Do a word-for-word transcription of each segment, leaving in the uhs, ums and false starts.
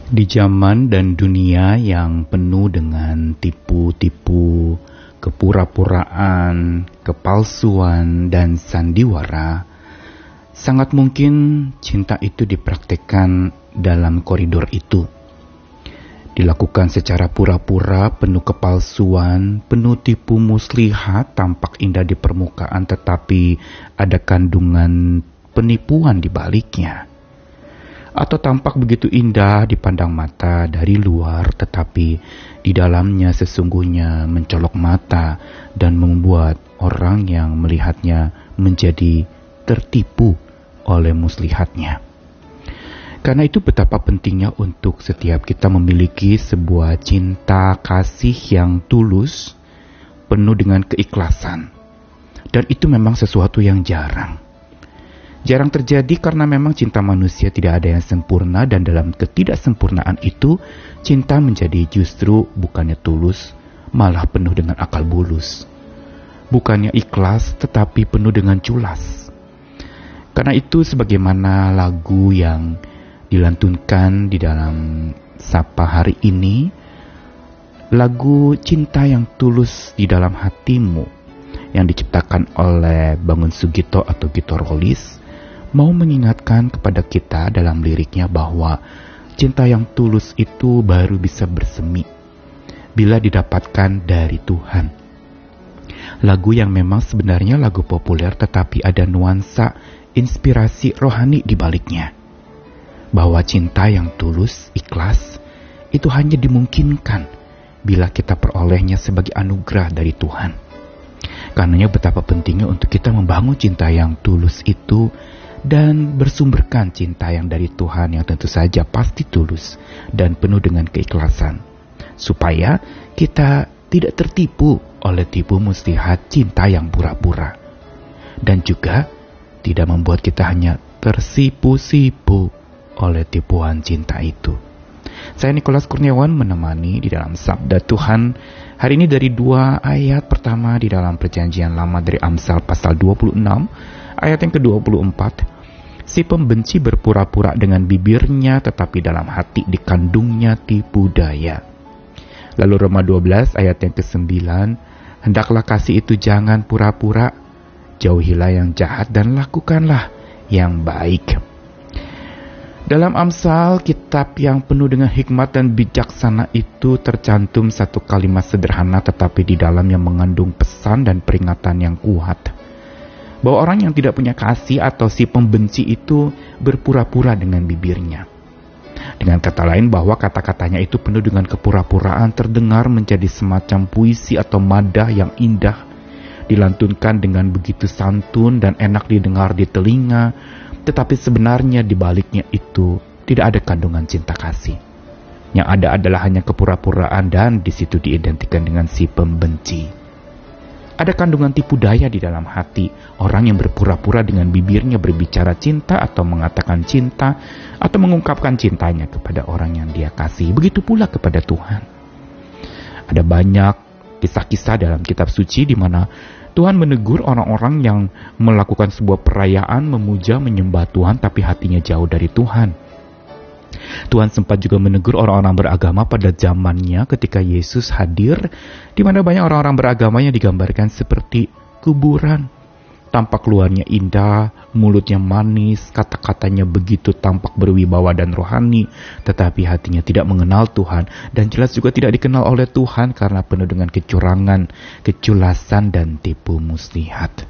Di zaman dan dunia yang penuh dengan tipu-tipu, kepura-puraan, kepalsuan, dan sandiwara, sangat mungkin cinta itu dipraktikkan dalam koridor itu. Dilakukan secara pura-pura, penuh kepalsuan, penuh tipu muslihat, tampak indah di permukaan tetapi ada kandungan penipuan di baliknya. Atau tampak begitu indah dipandang mata dari luar, tetapi di dalamnya sesungguhnya mencolok mata dan membuat orang yang melihatnya menjadi tertipu oleh muslihatnya. Karena itu betapa pentingnya untuk setiap kita memiliki sebuah cinta kasih yang tulus, penuh dengan keikhlasan. Dan itu memang sesuatu yang jarang. Jarang terjadi karena memang cinta manusia tidak ada yang sempurna, dan dalam ketidaksempurnaan itu, cinta menjadi justru bukannya tulus, malah penuh dengan akal bulus. Bukannya ikhlas, tetapi penuh dengan culas. Karena itu sebagaimana lagu yang dilantunkan di dalam Sapa hari ini, lagu Cinta yang Tulus di Dalam Hatimu, yang diciptakan oleh Bangun Sugito atau Gito Rolis, mau mengingatkan kepada kita dalam liriknya bahwa cinta yang tulus itu baru bisa bersemi bila didapatkan dari Tuhan. Lagu yang memang sebenarnya lagu populer tetapi ada nuansa inspirasi rohani di baliknya. Bahwa cinta yang tulus, ikhlas, itu hanya dimungkinkan bila kita perolehnya sebagai anugerah dari Tuhan. Karenanya betapa pentingnya untuk kita membangun cinta yang tulus itu dan bersumberkan cinta yang dari Tuhan yang tentu saja pasti tulus dan penuh dengan keikhlasan, supaya kita tidak tertipu oleh tipu muslihat cinta yang pura-pura, dan juga tidak membuat kita hanya tersipu-sipu oleh tipuan cinta itu. Saya Nikolas Kurniawan menemani di dalam Sabda Tuhan hari ini dari dua ayat pertama di dalam Perjanjian Lama dari Amsal pasal dua puluh enam ayat yang ke dua puluh empat. Si pembenci berpura-pura dengan bibirnya, tetapi dalam hati dikandungnya tipu daya. Lalu Roma dua belas ayat yang ke sembilan, hendaklah kasih itu jangan pura-pura, jauhilah yang jahat dan lakukanlah yang baik. Dalam Amsal, kitab yang penuh dengan hikmat dan bijaksana itu tercantum satu kalimat sederhana tetapi di dalamnya mengandung pesan dan peringatan yang kuat. Bahwa orang yang tidak punya kasih atau si pembenci itu berpura-pura dengan bibirnya. Dengan kata lain bahwa kata-katanya itu penuh dengan kepura-puraan, terdengar menjadi semacam puisi atau madah yang indah, dilantunkan dengan begitu santun dan enak didengar di telinga, tetapi sebenarnya di baliknya itu tidak ada kandungan cinta kasih. Yang ada adalah hanya kepura-puraan dan di situ diidentikan dengan si pembenci. Ada kandungan tipu daya di dalam hati orang yang berpura-pura dengan bibirnya berbicara cinta atau mengatakan cinta atau mengungkapkan cintanya kepada orang yang dia kasih. Begitu pula kepada Tuhan. Ada banyak kisah-kisah dalam kitab suci di mana Tuhan menegur orang-orang yang melakukan sebuah perayaan memuja menyembah Tuhan tapi hatinya jauh dari Tuhan. Tuhan sempat juga menegur orang-orang beragama pada zamannya ketika Yesus hadir, di mana banyak orang-orang beragama yang digambarkan seperti kuburan. Tampak luarnya indah, mulutnya manis, kata-katanya begitu tampak berwibawa dan rohani, tetapi hatinya tidak mengenal Tuhan, dan jelas juga tidak dikenal oleh Tuhan karena penuh dengan kecurangan, keculasan, dan tipu muslihat.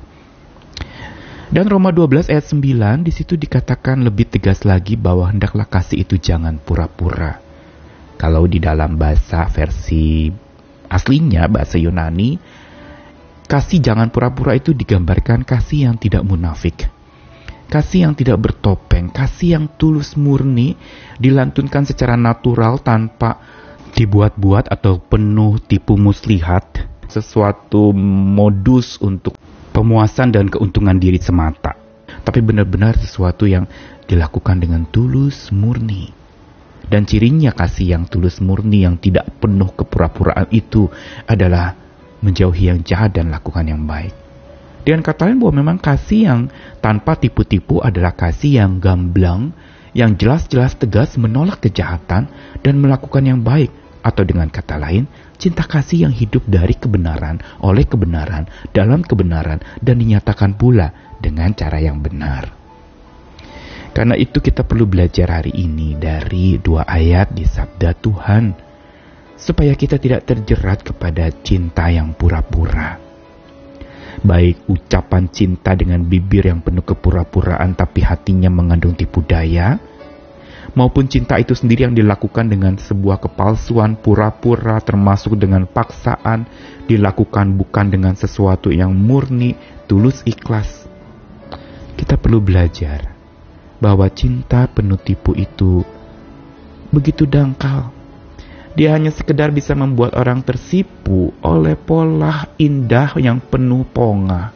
Dan Roma dua belas ayat sembilan di situ dikatakan lebih tegas lagi bahwa hendaklah kasih itu jangan pura-pura. Kalau di dalam bahasa versi aslinya, bahasa Yunani, kasih jangan pura-pura itu digambarkan kasih yang tidak munafik. Kasih yang tidak bertopeng, kasih yang tulus murni, dilantunkan secara natural tanpa dibuat-buat atau penuh tipu muslihat, sesuatu modus untuk pemuasan dan keuntungan diri semata, tapi benar-benar sesuatu yang dilakukan dengan tulus murni. Dan cirinya kasih yang tulus murni yang tidak penuh kepura-puraan itu adalah menjauhi yang jahat dan lakukan yang baik. Dengan kata lain bahwa memang kasih yang tanpa tipu-tipu adalah kasih yang gamblang, yang jelas-jelas tegas menolak kejahatan dan melakukan yang baik, atau dengan kata lain, cinta kasih yang hidup dari kebenaran, oleh kebenaran, dalam kebenaran, dan dinyatakan pula dengan cara yang benar. Karena itu kita perlu belajar hari ini dari dua ayat di Sabda Tuhan, supaya kita tidak terjerat kepada cinta yang pura-pura. Baik ucapan cinta dengan bibir yang penuh kepura-puraan tapi hatinya mengandung tipu daya, maupun cinta itu sendiri yang dilakukan dengan sebuah kepalsuan pura-pura termasuk dengan paksaan, dilakukan bukan dengan sesuatu yang murni, tulus, ikhlas. Kita perlu belajar bahwa cinta penuh tipu itu begitu dangkal. Dia hanya sekedar bisa membuat orang tersipu oleh pola indah yang penuh ponga.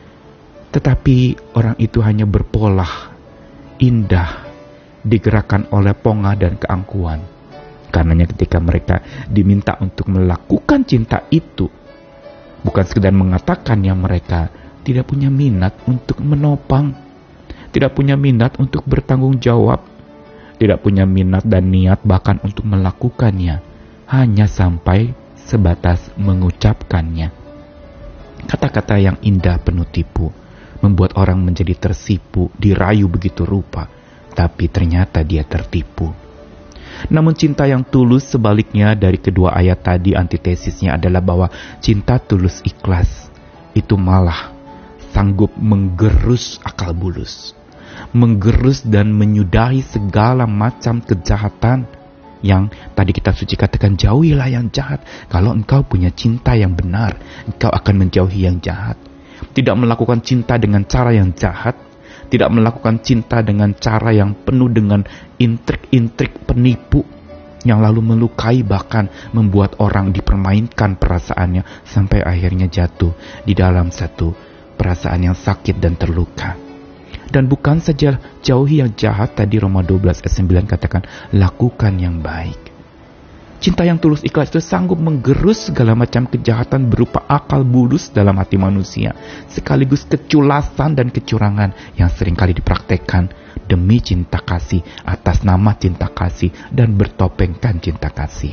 Tetapi orang itu hanya berpola indah, digerakkan oleh ponga dan keangkuhan. Karenanya ketika mereka diminta untuk melakukan cinta itu, bukan sekedar mengatakan yang mereka tidak punya minat untuk menopang, tidak punya minat untuk bertanggung jawab, tidak punya minat dan niat bahkan untuk melakukannya, hanya sampai sebatas mengucapkannya. Kata-kata yang indah penuh tipu membuat orang menjadi tersipu, dirayu begitu rupa, tapi ternyata dia tertipu. Namun cinta yang tulus sebaliknya dari kedua ayat tadi, antitesisnya adalah bahwa cinta tulus ikhlas itu malah sanggup menggerus akal bulus, menggerus dan menyudahi segala macam kejahatan yang tadi kita suci katakan, jauhilah yang jahat. Kalau engkau punya cinta yang benar, engkau akan menjauhi yang jahat. Tidak melakukan cinta dengan cara yang jahat, tidak melakukan cinta dengan cara yang penuh dengan intrik-intrik penipu, yang lalu melukai bahkan membuat orang dipermainkan perasaannya sampai akhirnya jatuh di dalam satu perasaan yang sakit dan terluka. Dan bukan saja jauhi yang jahat, tadi Roma dua belas ayat sembilan katakan, lakukan yang baik. Cinta yang tulus ikhlas itu sanggup menggerus segala macam kejahatan berupa akal bulus dalam hati manusia, sekaligus keculasan dan kecurangan yang seringkali dipraktekkan demi cinta kasih, atas nama cinta kasih, dan bertopengkan cinta kasih.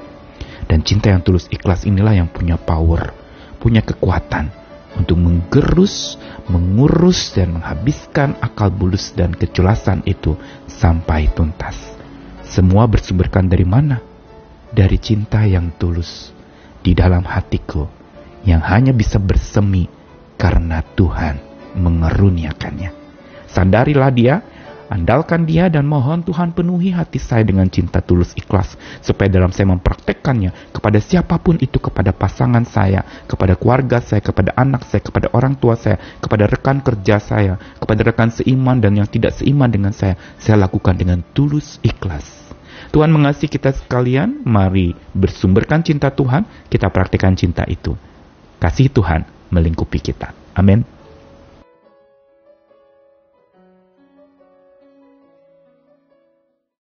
Dan cinta yang tulus ikhlas inilah yang punya power, punya kekuatan untuk menggerus, mengurus, dan menghabiskan akal bulus dan keculasan itu sampai tuntas. Semua bersumberkan dari mana? Dari cinta yang tulus di dalam hatiku, yang hanya bisa bersemi karena Tuhan mengeruniakannya. Sadarilah dia, andalkan dia, dan mohon Tuhan penuhi hati saya dengan cinta tulus ikhlas, supaya dalam saya mempraktekkannya kepada siapapun itu, kepada pasangan saya, kepada keluarga saya, kepada anak saya, kepada orang tua saya, kepada rekan kerja saya, kepada rekan seiman dan yang tidak seiman dengan saya, saya lakukan dengan tulus ikhlas. Tuhan mengasihi kita sekalian, mari bersumberkan cinta Tuhan, kita praktekkan cinta itu. Kasih Tuhan melingkupi kita. Amin.